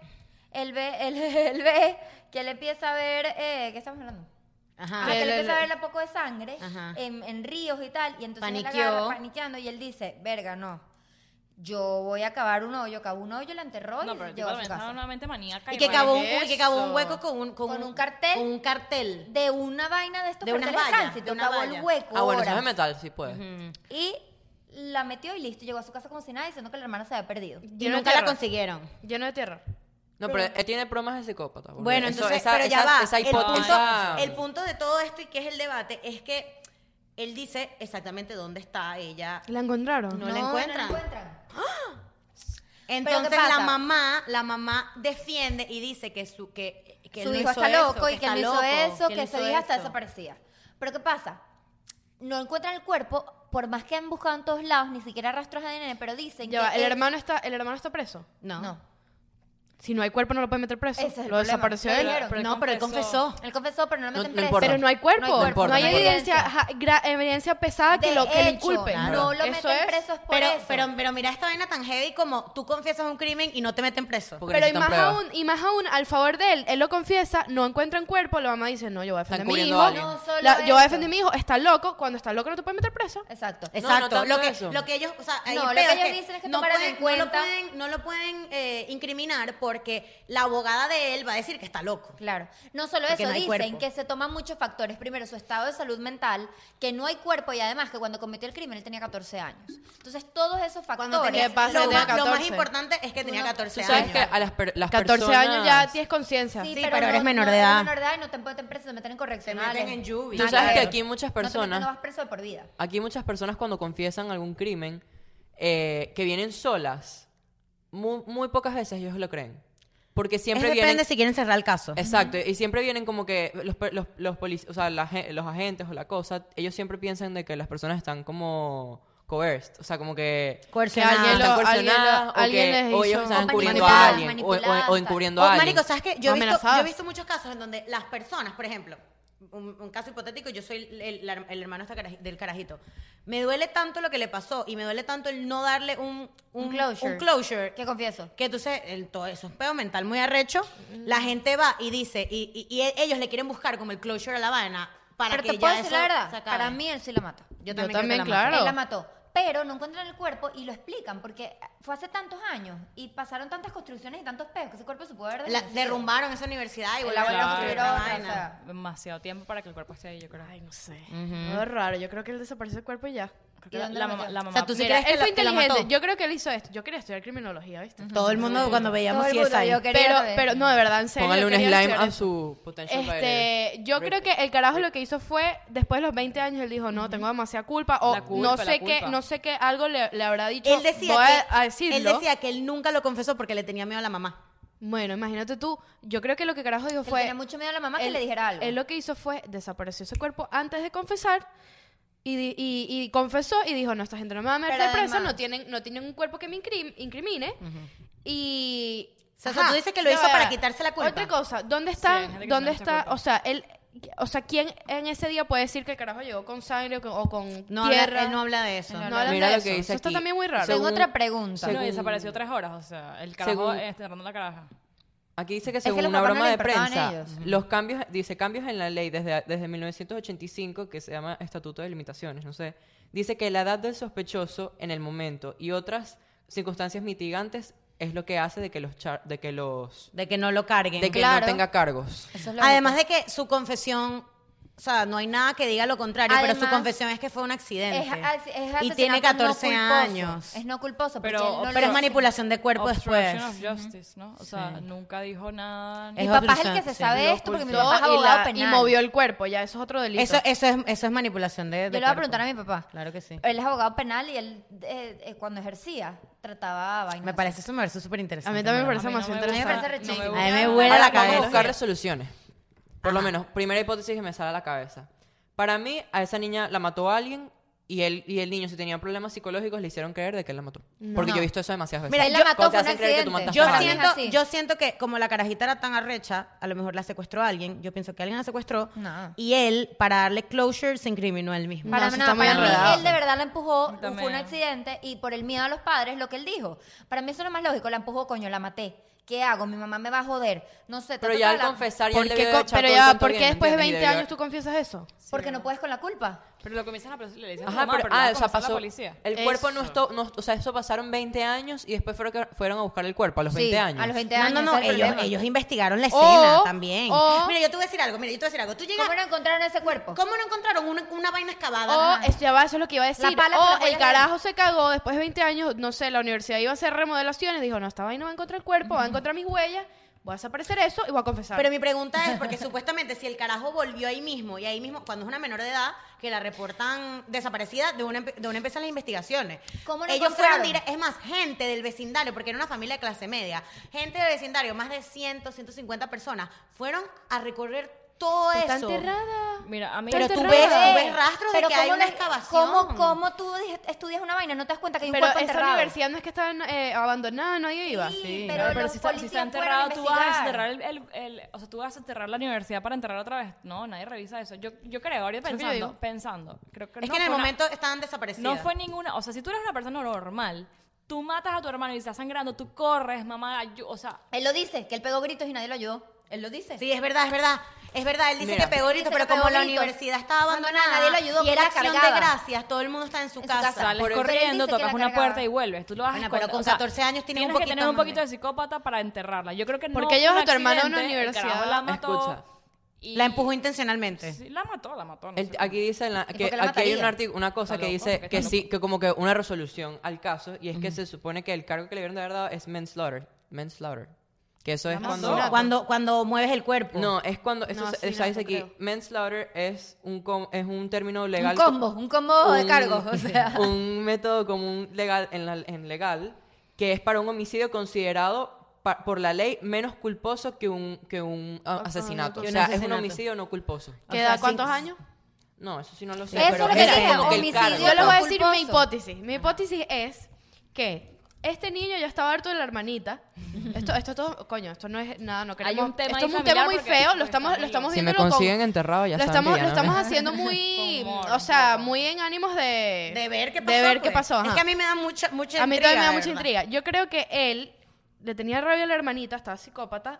Speaker 3: él ve que él empieza a ver, ¿qué estamos hablando?
Speaker 4: Ajá.
Speaker 3: Que él
Speaker 2: él-
Speaker 3: empieza a ver un poco de sangre
Speaker 4: Ajá.
Speaker 3: en ríos y tal, y entonces él
Speaker 4: Paniqueó.
Speaker 3: agarra paniqueando y él dice, verga, no, yo voy a cavar un hoyo, cavó un hoyo, la enterró
Speaker 2: No,
Speaker 3: y
Speaker 2: pero el
Speaker 3: llegó
Speaker 2: tipo
Speaker 3: a su
Speaker 2: estaba
Speaker 3: casa.
Speaker 2: una mente maníaca.
Speaker 4: Y que cavó un,
Speaker 2: ¿qué
Speaker 4: y que cavó un
Speaker 2: eso?
Speaker 4: hueco con
Speaker 3: un cartel.
Speaker 4: Con un cartel.
Speaker 3: De una vaina de estos
Speaker 4: De una
Speaker 3: carteles de
Speaker 4: valla,
Speaker 3: tránsito,
Speaker 4: de una
Speaker 3: cavó
Speaker 4: valla.
Speaker 3: el hueco
Speaker 1: Ah, bueno, eso es de
Speaker 3: horas.
Speaker 1: metal, sí puede.
Speaker 3: Y la metió y listo, llegó a su casa como si nada diciendo que la hermana se había perdido.
Speaker 4: Y
Speaker 2: Lleno de
Speaker 4: nunca la
Speaker 2: tierra.
Speaker 4: consiguieron.
Speaker 2: Lleno de tierra.
Speaker 1: No, pero él tiene bromas de psicópata. porque
Speaker 4: Bueno,
Speaker 1: eso-
Speaker 4: entonces,
Speaker 1: esa-
Speaker 4: pero ya
Speaker 1: esa-
Speaker 4: va.
Speaker 1: esa
Speaker 4: el,
Speaker 1: hipo-
Speaker 4: punto,
Speaker 1: esa-
Speaker 4: el punto de todo esto y que es el debate es que él dice exactamente dónde está ella.
Speaker 2: ¿La encontraron?
Speaker 4: No la encuentran.
Speaker 3: No la encuentran.
Speaker 4: Entonces
Speaker 3: ¿qué pasa?
Speaker 4: la mamá defiende y dice que su
Speaker 3: Su
Speaker 4: no
Speaker 3: hijo
Speaker 4: hizo
Speaker 3: está
Speaker 4: eso,
Speaker 3: loco y que él no hizo
Speaker 4: loco,
Speaker 3: eso,
Speaker 4: él
Speaker 3: que
Speaker 4: hizo
Speaker 3: su hija está
Speaker 4: eso.
Speaker 3: desaparecida. Pero ¿qué pasa? No encuentran el cuerpo, por más que han buscado en todos lados, ni siquiera rastros de ADN, pero dicen
Speaker 2: Ya va,
Speaker 3: que
Speaker 2: ¿el hermano está preso?
Speaker 4: No.
Speaker 3: No.
Speaker 2: Si no hay cuerpo, no lo pueden meter preso.
Speaker 3: Ese es el
Speaker 2: lo
Speaker 3: problema.
Speaker 2: desapareció
Speaker 3: Lo
Speaker 2: él.
Speaker 3: dijeron.
Speaker 4: No, pero él confesó.
Speaker 3: Él confesó, pero no lo
Speaker 1: No-
Speaker 3: meten
Speaker 1: no
Speaker 3: preso.
Speaker 1: importa.
Speaker 2: Pero no hay cuerpo. No,
Speaker 1: importa,
Speaker 2: hay
Speaker 1: no importa.
Speaker 2: evidencia pesada que
Speaker 3: De
Speaker 2: lo que le
Speaker 3: hecho,
Speaker 2: inculpe.
Speaker 3: no lo
Speaker 2: Eso
Speaker 3: meten
Speaker 2: es.
Speaker 3: preso es por eso.
Speaker 4: Pero mira esta vaina tan heavy como tú confiesas un crimen y no te meten preso.
Speaker 1: Porque
Speaker 2: Pero
Speaker 1: necesitan pruebas.
Speaker 2: y más aún, al favor de él lo confiesa, no encuentran cuerpo, la mamá dice, no, yo voy a defender a mi
Speaker 1: cubriendo
Speaker 2: hijo.
Speaker 1: a alguien.
Speaker 3: No, solo
Speaker 2: Yo voy a
Speaker 3: eso.
Speaker 2: defender a mi hijo, está loco, cuando está loco no te pueden meter preso.
Speaker 3: Exacto.
Speaker 4: Exacto.
Speaker 1: tanto
Speaker 4: lo, que,
Speaker 1: eso.
Speaker 4: lo que ellos, o sea, ahí
Speaker 3: No,
Speaker 4: el
Speaker 3: lo que
Speaker 4: pedo
Speaker 3: ellos dicen es que
Speaker 4: no
Speaker 3: tomaran
Speaker 4: pueden,
Speaker 3: en cuenta-
Speaker 4: no lo pueden incriminar porque la abogada de él va a decir que está loco.
Speaker 3: Claro. No solo
Speaker 4: Porque
Speaker 3: eso,
Speaker 4: no hay
Speaker 3: dicen
Speaker 4: cuerpo.
Speaker 3: que se toman muchos factores. Primero, su estado de salud mental, que no hay cuerpo y además que cuando cometió el crimen él tenía 14 años. Entonces, todos esos
Speaker 4: Cuando
Speaker 3: factores.
Speaker 4: tenía,
Speaker 2: ¿Qué pasa?
Speaker 4: lo,
Speaker 2: Tenía
Speaker 4: más, lo más
Speaker 2: 14.
Speaker 4: importante es que tenía
Speaker 3: Tú
Speaker 4: 14
Speaker 1: Tú sabes
Speaker 4: años.
Speaker 1: que a las
Speaker 2: 14
Speaker 1: personas...
Speaker 2: años ya tienes conciencia.
Speaker 3: Sí,
Speaker 4: Sí,
Speaker 3: pero,
Speaker 4: pero eres menor
Speaker 3: no,
Speaker 4: de edad.
Speaker 3: Eres menor de edad y no te meten preso, te meten en
Speaker 4: Se
Speaker 3: correccionales.
Speaker 4: meten en juvie.
Speaker 1: Tú
Speaker 3: Nada
Speaker 1: sabes
Speaker 3: que
Speaker 1: que
Speaker 3: ver.
Speaker 1: aquí muchas
Speaker 3: No te meten,
Speaker 1: personas...
Speaker 3: no vas preso de por vida.
Speaker 1: Aquí muchas personas cuando confiesan algún crimen que vienen solas, muy pocas veces ellos lo creen. Porque siempre
Speaker 4: Es
Speaker 1: vienen...
Speaker 4: depende si quieren cerrar el caso.
Speaker 1: Exacto, y siempre vienen como que o sea, los agentes o la cosa, ellos siempre piensan de que las personas están como coerced, o sea, como que
Speaker 4: Coercionadas.
Speaker 2: alguien lo-
Speaker 1: están coercionadas
Speaker 2: alguien
Speaker 1: o,
Speaker 2: les
Speaker 1: o ellos
Speaker 2: hizo-
Speaker 1: están
Speaker 3: O
Speaker 1: encubriendo
Speaker 3: manipuladas,
Speaker 1: a alguien
Speaker 3: manipuladas,
Speaker 1: o encubriendo
Speaker 4: Oh,
Speaker 1: a alguien.
Speaker 4: marico, ¿sabes qué? Yo he
Speaker 2: Amenazadas.
Speaker 4: visto muchos casos en donde las personas, por ejemplo, un caso hipotético, yo soy el hermano del carajito. Me duele tanto lo que le pasó y me duele tanto el no darle un closure
Speaker 3: ¿Qué confieso?
Speaker 4: que entonces todo eso es pedo mental muy arrecho. La gente va y dice, y ellos le quieren buscar como el closure a la vaina para
Speaker 3: Pero
Speaker 4: que
Speaker 3: te
Speaker 4: ya
Speaker 3: puedo decir
Speaker 4: eso
Speaker 3: la
Speaker 4: se
Speaker 3: verdad,
Speaker 4: acabe.
Speaker 3: para mí él sí la mata.
Speaker 4: Yo
Speaker 2: Yo
Speaker 4: también,
Speaker 2: también,
Speaker 4: creo que la
Speaker 2: claro.
Speaker 3: Él la mató. pero no encuentran el cuerpo y lo explican porque fue hace tantos años y pasaron tantas construcciones y tantos peos que ese cuerpo se puede haber desvanecido.
Speaker 4: Derrumbaron esa universidad y
Speaker 3: La
Speaker 4: volvieron a
Speaker 3: volvieron a
Speaker 4: construir
Speaker 3: construir
Speaker 4: otra
Speaker 3: otra,
Speaker 4: vaina.
Speaker 3: o sea.
Speaker 5: Demasiado tiempo para que el cuerpo esté ahí, yo creo.
Speaker 2: Ay, no sé.
Speaker 4: Ujú.
Speaker 2: Todo raro. Yo creo que él desapareció el cuerpo y ya.
Speaker 5: Creo que
Speaker 3: ¿Y dónde
Speaker 5: la
Speaker 3: lo
Speaker 5: mamá,
Speaker 3: metió?
Speaker 5: la mamá.
Speaker 4: O sea, ¿tú sí
Speaker 2: Mira,
Speaker 4: crees que
Speaker 2: él fue
Speaker 4: que la
Speaker 2: inteligente.
Speaker 4: mató?
Speaker 2: Yo creo que él hizo esto. Yo quería estudiar criminología, ¿viste?
Speaker 4: Todo el mundo cuando veíamos
Speaker 3: Todo el mundo,
Speaker 4: CSI.
Speaker 3: yo quería también.
Speaker 2: Pero no, de verdad, en serio.
Speaker 1: Póngale
Speaker 2: yo
Speaker 1: un
Speaker 2: quería
Speaker 1: slime
Speaker 2: estudiar
Speaker 1: a
Speaker 2: eso.
Speaker 1: su potential
Speaker 2: Yo creo que el carajo lo que hizo fue, después de los 20 años, él dijo, no, tengo demasiada culpa, o
Speaker 5: La culpa,
Speaker 2: no sé
Speaker 5: la
Speaker 2: qué,
Speaker 5: culpa.
Speaker 2: no sé qué, algo le habrá dicho,
Speaker 4: Él decía,
Speaker 2: voy a
Speaker 4: que,
Speaker 2: decirlo.
Speaker 4: él decía que él nunca lo confesó porque le tenía miedo a la mamá.
Speaker 2: Bueno, imagínate tú, yo creo que lo que carajo dijo
Speaker 3: Que
Speaker 2: fue...
Speaker 3: tenía mucho miedo a la mamá que le dijera algo.
Speaker 2: Él lo que hizo fue, desapareció ese cuerpo antes de confesar, y confesó y dijo, no, esta gente no me va a meter
Speaker 3: Pero
Speaker 2: presa,
Speaker 3: además-
Speaker 2: no tienen un cuerpo que me incrimine, y...
Speaker 4: O sea, tú dices que lo hizo para quitarse la culpa.
Speaker 2: Otra cosa, ¿dónde
Speaker 5: hay
Speaker 2: está,
Speaker 5: gente que
Speaker 2: dónde
Speaker 5: se le echa
Speaker 2: está,
Speaker 5: culpa.
Speaker 2: o sea, quién en ese día puede decir que el carajo llegó con sangre o con
Speaker 4: No
Speaker 2: tierra?
Speaker 4: él no habla de eso.
Speaker 3: No
Speaker 2: No hablan
Speaker 1: Mira
Speaker 2: de
Speaker 1: lo
Speaker 2: eso.
Speaker 1: que dice
Speaker 2: Eso está
Speaker 1: aquí.
Speaker 2: también muy raro.
Speaker 3: Tengo
Speaker 1: según-
Speaker 3: otra pregunta.
Speaker 5: No, y desapareció 3 horas, o sea, el carajo
Speaker 1: Según-
Speaker 5: enterrando la caraja.
Speaker 1: Aquí dice que
Speaker 3: Es que
Speaker 1: según
Speaker 3: los
Speaker 1: una
Speaker 3: papás no
Speaker 1: broma
Speaker 3: le
Speaker 1: de
Speaker 3: importaban
Speaker 1: prensa,
Speaker 3: ellos.
Speaker 1: los cambios, dice cambios en la ley desde 1985, que se llama Estatuto de Limitaciones, no sé, dice que la edad del sospechoso en el momento y otras circunstancias mitigantes es lo que hace de que
Speaker 4: De que no lo carguen.
Speaker 1: de que
Speaker 3: Claro.
Speaker 1: no tenga cargos.
Speaker 3: Eso es lo
Speaker 4: Además
Speaker 3: único.
Speaker 4: de que su confesión, o sea, no hay nada que diga lo contrario, pero su
Speaker 3: Además,
Speaker 4: confesión es que fue un accidente.
Speaker 3: es
Speaker 4: y tiene
Speaker 3: asesinato
Speaker 4: 14
Speaker 3: no culposo.
Speaker 4: años.
Speaker 3: Es no culposo,
Speaker 5: Pero-
Speaker 3: porque él no
Speaker 4: Pero
Speaker 3: lo-
Speaker 4: es manipulación de cuerpo
Speaker 5: Obstruction
Speaker 4: después.
Speaker 5: of justice, ¿no? O sea, nunca dijo nada.
Speaker 3: Mi
Speaker 4: Es
Speaker 3: papá es el
Speaker 4: obstrucción,
Speaker 3: que se
Speaker 4: sí.
Speaker 3: sabe
Speaker 2: Lo
Speaker 3: esto porque mi
Speaker 2: ocultó
Speaker 3: papá es abogado
Speaker 2: y
Speaker 3: penal.
Speaker 2: movió el cuerpo, ya eso es otro delito.
Speaker 4: Eso es manipulación de
Speaker 3: Yo le voy a
Speaker 4: cuerpo.
Speaker 3: preguntar a mi papá.
Speaker 4: Claro que sí.
Speaker 3: Él es abogado penal y él cuando ejercía trataba vainas.
Speaker 4: Me parece súper
Speaker 2: A
Speaker 4: interesante.
Speaker 2: mí también me
Speaker 4: ¿verdad?
Speaker 2: parece
Speaker 5: A mí
Speaker 2: demasiado
Speaker 5: no me
Speaker 3: A mí me
Speaker 2: interesante.
Speaker 3: parece rechísimo.
Speaker 4: A mí me
Speaker 5: gusta.
Speaker 4: vuela
Speaker 1: Ahora
Speaker 4: la
Speaker 1: vamos a
Speaker 4: cabeza.
Speaker 1: buscar resoluciones. Por lo menos, primera hipótesis que me sale a la cabeza. Para mí, a esa niña la mató alguien y el niño, si tenía problemas psicológicos, le hicieron creer de que él la mató. Porque yo he visto eso demasiadas veces.
Speaker 3: Mira, él la mató,
Speaker 1: Cuando te
Speaker 3: fue un
Speaker 1: hacen creer que tú
Speaker 3: accidente.
Speaker 1: mataste
Speaker 4: Yo
Speaker 1: a alguien.
Speaker 3: Para mí es
Speaker 4: siento,
Speaker 3: así.
Speaker 4: yo siento que como la carajita era tan arrecha, a lo mejor la secuestró a alguien. Yo pienso que alguien la secuestró.
Speaker 3: No.
Speaker 4: Y él, para darle closure, se incriminó a él mismo.
Speaker 3: Para,
Speaker 2: eso
Speaker 3: nada,
Speaker 2: está muy
Speaker 3: para mí,
Speaker 2: enredado.
Speaker 3: él de verdad la empujó,
Speaker 5: También.
Speaker 3: fue un accidente y por el miedo a los padres, lo que él dijo. Para mí eso es lo más lógico, la empujó, coño, la maté. ¿Qué hago? Mi mamá me va a joder. No sé,
Speaker 1: Pero
Speaker 3: ta,
Speaker 1: ya
Speaker 3: ta,
Speaker 1: al
Speaker 3: ta, la-
Speaker 1: confesar, ya
Speaker 2: ¿Por
Speaker 1: él
Speaker 2: qué
Speaker 1: debió
Speaker 2: co-
Speaker 1: de echar
Speaker 2: pero
Speaker 1: todo el
Speaker 2: ya,
Speaker 1: cuento
Speaker 2: ¿por
Speaker 1: bien,
Speaker 2: qué después de
Speaker 1: ¿entiendes? Y
Speaker 2: 20
Speaker 1: debió-
Speaker 2: años tú confiesas eso?
Speaker 3: Porque no puedes con la culpa.
Speaker 5: Pero lo comienzan a le dicen a su
Speaker 1: Ajá,
Speaker 5: mamá,
Speaker 1: pero,
Speaker 5: lo va a
Speaker 1: o sea,
Speaker 5: confesar la
Speaker 1: pasó.
Speaker 5: policía.
Speaker 1: El cuerpo no
Speaker 2: Eso.
Speaker 1: estuvo. O sea, eso pasaron 20 años y después fueron a buscar el cuerpo a los 20
Speaker 3: Sí,
Speaker 1: años.
Speaker 3: a los 20
Speaker 4: No,
Speaker 3: años.
Speaker 4: no, no,
Speaker 3: ese es el problema.
Speaker 4: ellos investigaron la escena
Speaker 2: O-
Speaker 4: también.
Speaker 2: o-
Speaker 4: Mira, yo te voy a decir algo. Tú llegas,
Speaker 3: ¿Cómo no encontraron ese cuerpo?
Speaker 4: ¿cómo no encontraron una vaina excavada?
Speaker 2: O,
Speaker 4: Ajá.
Speaker 2: esto ya va, eso es lo que iba a decir.
Speaker 3: La pala con las
Speaker 2: O el
Speaker 3: huellas de
Speaker 2: carajo se cagó después de 20 años, no sé, la universidad iba a hacer remodelaciones, dijo, no, esta vaina va a encontrar el cuerpo, va a encontrar mis huellas, voy a desaparecer eso y voy a confesar.
Speaker 4: Pero mi pregunta es, porque supuestamente si el carajo volvió ahí mismo, y ahí mismo, cuando es una menor de edad, que la reportan desaparecida, de una empiezan las investigaciones.
Speaker 3: ¿Cómo lo
Speaker 4: Ellos
Speaker 3: encontraron?
Speaker 4: fueron, es más, gente del vecindario, porque era una familia de clase media, gente del vecindario, más de 150 personas, fueron a recorrer todo
Speaker 2: Está
Speaker 4: eso.
Speaker 2: enterrada.
Speaker 5: Mira, a mí
Speaker 4: Pero tú
Speaker 2: enterrada.
Speaker 4: ves rastros de
Speaker 3: Pero
Speaker 4: que hay
Speaker 3: ¿cómo
Speaker 4: una
Speaker 3: no-
Speaker 4: excavación.
Speaker 3: ¿Cómo tú estudias una vaina? ¿No te das cuenta que hay un
Speaker 2: Pero
Speaker 3: cuerpo
Speaker 2: esa
Speaker 3: enterrado?
Speaker 2: universidad no es que estaba abandonada, nadie iba.
Speaker 3: Sí,
Speaker 5: Pero,
Speaker 3: pero los
Speaker 5: si está
Speaker 3: policías
Speaker 5: enterrado,
Speaker 3: fueron
Speaker 5: tú
Speaker 3: a
Speaker 5: vas a
Speaker 3: investigar.
Speaker 5: enterrar o sea, tú vas a enterrar la universidad para enterrar otra vez. No, nadie revisa eso. Yo creo, ahorita
Speaker 2: Eso es lo que digo.
Speaker 5: pensando, creo que
Speaker 4: Es
Speaker 5: no
Speaker 4: que en el
Speaker 5: fue una-
Speaker 4: momento estaban desaparecidas.
Speaker 5: no fue ninguna, o sea, si tú eres una persona normal, tú matas a tu hermano y está sangrando, tú corres, mamá, o sea,
Speaker 3: Él lo dice, que él pegó gritos y nadie lo ayudó. Él lo dice.
Speaker 4: Sí, es verdad. Él dice
Speaker 1: Mira.
Speaker 4: que pegó gritos,
Speaker 3: Dice
Speaker 4: pero
Speaker 3: que
Speaker 4: como
Speaker 3: pegó
Speaker 4: la
Speaker 3: gritos.
Speaker 4: universidad estaba abandonada,
Speaker 3: Nadie lo ayudó,
Speaker 4: y era
Speaker 3: la
Speaker 4: acción de
Speaker 3: cargaba.
Speaker 4: gracias, todo el mundo está en su
Speaker 3: En su
Speaker 4: casa.
Speaker 3: casa.
Speaker 5: sales
Speaker 1: Por eso-
Speaker 5: corriendo,
Speaker 3: Pero él dice que
Speaker 5: tocas
Speaker 3: la
Speaker 5: una
Speaker 3: cargaba.
Speaker 5: puerta y vuelves. Tú lo vas
Speaker 4: Bueno,
Speaker 5: a
Speaker 4: pero
Speaker 5: esconder,
Speaker 4: con
Speaker 5: o sea,
Speaker 4: 14 años tienes un
Speaker 5: que
Speaker 4: poquito
Speaker 5: tener un
Speaker 4: más.
Speaker 5: poquito de psicópata para enterrarla. Yo creo que
Speaker 2: ¿Por
Speaker 5: no
Speaker 2: qué
Speaker 5: fue
Speaker 2: llevas
Speaker 5: un
Speaker 2: a tu hermano a una
Speaker 5: accidente, el
Speaker 2: universidad?
Speaker 5: carajo la mató.
Speaker 1: Escucha.
Speaker 5: y-
Speaker 4: La empujó intencionalmente.
Speaker 5: Sí, la mató, no
Speaker 1: El-
Speaker 5: sé.
Speaker 1: aquí dice
Speaker 3: por
Speaker 1: que
Speaker 3: qué la
Speaker 1: aquí hay
Speaker 3: mataría?
Speaker 1: una cosa
Speaker 5: Está
Speaker 1: que
Speaker 5: loco,
Speaker 1: dice
Speaker 5: porque
Speaker 1: que
Speaker 5: está
Speaker 1: sí, que como que una resolución al caso, y es que se supone que el cargo que le dieron de verdad es manslaughter. Que eso es cuando...
Speaker 2: Asesinato.
Speaker 4: Cuando mueves el cuerpo.
Speaker 1: No, es cuando... Eso
Speaker 2: No,
Speaker 1: se-
Speaker 2: asesinato,
Speaker 1: dice aquí,
Speaker 2: creo.
Speaker 1: manslaughter es un término legal...
Speaker 3: Un combo de
Speaker 1: un-
Speaker 3: cargos, o sea.
Speaker 1: Un método común legal en legal que es para un homicidio considerado por la ley menos culposo que un asesinato.
Speaker 4: que
Speaker 1: O
Speaker 4: un
Speaker 1: sea, es un
Speaker 4: asesinato.
Speaker 1: homicidio no culposo.
Speaker 2: ¿Qué
Speaker 4: O
Speaker 2: edad?
Speaker 4: sea,
Speaker 2: ¿Cuántos
Speaker 4: sí.
Speaker 2: años?
Speaker 1: No, eso sí no lo sé.
Speaker 3: Eso
Speaker 1: pero
Speaker 3: es lo que
Speaker 1: es
Speaker 3: dije,
Speaker 1: como que el
Speaker 3: homicidio
Speaker 1: cargo.
Speaker 2: Yo les voy a decir
Speaker 3: culposo.
Speaker 2: mi hipótesis. Mi hipótesis es que este niño ya estaba harto de la hermanita. Esto todo, coño, esto no es nada, no queremos.
Speaker 5: un tema
Speaker 2: esto
Speaker 5: ahí
Speaker 2: es un tema
Speaker 5: familiar
Speaker 2: muy
Speaker 5: porque-
Speaker 2: feo,
Speaker 5: porque
Speaker 2: lo estamos
Speaker 1: Si me
Speaker 2: viendo con-
Speaker 1: consiguen enterrado, ya
Speaker 2: lo
Speaker 1: saben que
Speaker 2: estamos,
Speaker 1: ya
Speaker 2: lo
Speaker 1: no-
Speaker 2: estamos haciendo muy,
Speaker 5: Con humor,
Speaker 2: o sea, muy en ánimos
Speaker 4: De ver qué pasó.
Speaker 2: de ver qué
Speaker 4: pues.
Speaker 2: pasó,
Speaker 4: Es
Speaker 2: ajá.
Speaker 4: que a mí me da mucha intriga.
Speaker 2: A mí también me da
Speaker 4: de
Speaker 2: mucha
Speaker 4: verdad.
Speaker 2: intriga. Yo creo que él le tenía rabia a la hermanita, estaba psicópata,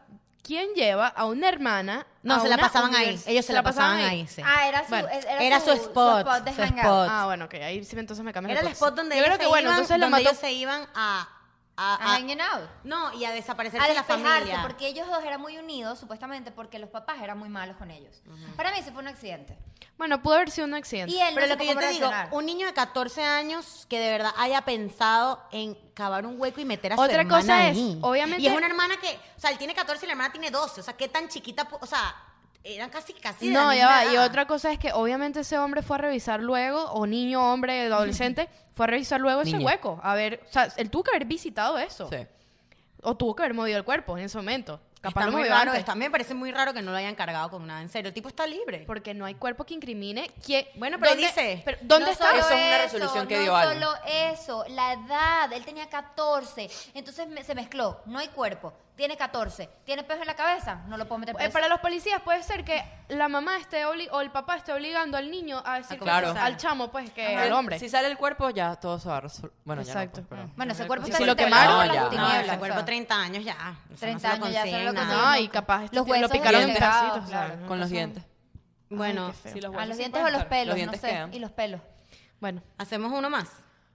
Speaker 2: ¿quién lleva a una hermana?
Speaker 4: No,
Speaker 2: a
Speaker 4: se la
Speaker 2: una
Speaker 4: pasaban ahí.
Speaker 2: univers-
Speaker 4: Ellos se la pasaban ahí, sí.
Speaker 3: Ah, era su,
Speaker 2: Bueno,
Speaker 4: era su spot,
Speaker 3: de
Speaker 4: su
Speaker 3: hangout.
Speaker 4: spot.
Speaker 2: Ah, bueno, ok, ahí sí entonces me cambia
Speaker 4: Era el spot donde ellos se iban,
Speaker 2: entonces la
Speaker 4: donde
Speaker 2: mató.
Speaker 4: ellos se iban a
Speaker 3: hanging out.
Speaker 4: no, y a desaparecerse
Speaker 3: A
Speaker 4: de la
Speaker 3: despejarse,
Speaker 4: familia.
Speaker 3: porque ellos dos eran muy unidos, supuestamente porque los papás eran muy malos con ellos. Para mí ese fue un accidente.
Speaker 2: Bueno, pudo haber sido un accidente.
Speaker 3: Y él
Speaker 4: Pero
Speaker 3: no
Speaker 4: lo que
Speaker 3: supo
Speaker 4: yo te
Speaker 3: cómo
Speaker 4: digo,
Speaker 3: reaccionar.
Speaker 4: un niño de 14 años que de verdad haya pensado en cavar un hueco y meter a su
Speaker 2: Otra
Speaker 4: hermana
Speaker 2: cosa es,
Speaker 4: ahí.
Speaker 2: obviamente-
Speaker 4: Y es una hermana que, o sea, él tiene 14 y la hermana tiene 12. O sea, qué tan chiquita, o sea, eran casi de la
Speaker 2: No, ya
Speaker 4: misma
Speaker 2: va. Y
Speaker 4: edad.
Speaker 2: otra cosa es que obviamente ese hombre fue a revisar luego, o niño, hombre, adolescente, fue a revisar luego ese
Speaker 1: Niño.
Speaker 2: hueco. A ver, o sea, él tuvo que haber visitado eso.
Speaker 1: Sí.
Speaker 2: O tuvo que haber movido el cuerpo en ese momento. Capaz
Speaker 4: Está
Speaker 2: lo
Speaker 4: muy
Speaker 2: movió
Speaker 4: raro,
Speaker 2: antes.
Speaker 4: también me parece muy raro que no lo hayan cargado con nada. En serio, el tipo está libre.
Speaker 2: Porque no hay cuerpo que incrimine. ¿Quién?
Speaker 4: Bueno, pero
Speaker 2: ¿Dónde-
Speaker 4: dice-
Speaker 2: pero ¿dónde
Speaker 3: No
Speaker 2: está?
Speaker 3: solo
Speaker 1: Eso es una resolución que dio
Speaker 3: No
Speaker 1: Alan.
Speaker 3: solo eso, la edad. Él tenía 14. Entonces se mezcló. No hay cuerpo. Tiene 14. ¿Tiene pelos en la cabeza? No lo puedo meter preso.
Speaker 2: Para los policías puede ser que la mamá esté o el papá esté obligando al niño a decir
Speaker 1: Claro.
Speaker 2: cosas al chamo, pues, que
Speaker 1: Si-
Speaker 2: al hombre.
Speaker 1: Si sale el cuerpo, ya todo se va a resolver. Bueno,
Speaker 2: Exacto.
Speaker 1: ya no, pues, pero...
Speaker 3: Bueno, ese cuerpo
Speaker 2: Si
Speaker 3: está
Speaker 2: lo
Speaker 3: enterrado
Speaker 2: quemaron,
Speaker 3: en las
Speaker 1: ya.
Speaker 4: No,
Speaker 3: tinieblas,
Speaker 4: ese cuerpo
Speaker 3: o sea.
Speaker 4: 30 años ya. O sea,
Speaker 3: 30
Speaker 4: no se lo
Speaker 3: años ya se lo
Speaker 4: consiguen,
Speaker 3: consiguen.
Speaker 4: nada.
Speaker 2: No, y capaz
Speaker 3: Los
Speaker 2: lo
Speaker 3: huesos
Speaker 2: picaron en
Speaker 3: enterrados,
Speaker 2: pedacitos.
Speaker 3: claro.
Speaker 2: o sea,
Speaker 1: Con los
Speaker 2: no sé.
Speaker 1: dientes.
Speaker 4: Bueno,
Speaker 2: Ay, qué feo.
Speaker 5: Sí, los
Speaker 3: A
Speaker 5: huesos
Speaker 3: los
Speaker 5: sí
Speaker 3: dientes o
Speaker 5: pueden
Speaker 3: los
Speaker 5: estar.
Speaker 3: pelos,
Speaker 1: Los
Speaker 3: no
Speaker 1: dientes
Speaker 3: sé.
Speaker 1: quedan.
Speaker 3: Y los pelos.
Speaker 2: Bueno,
Speaker 4: ¿hacemos uno más?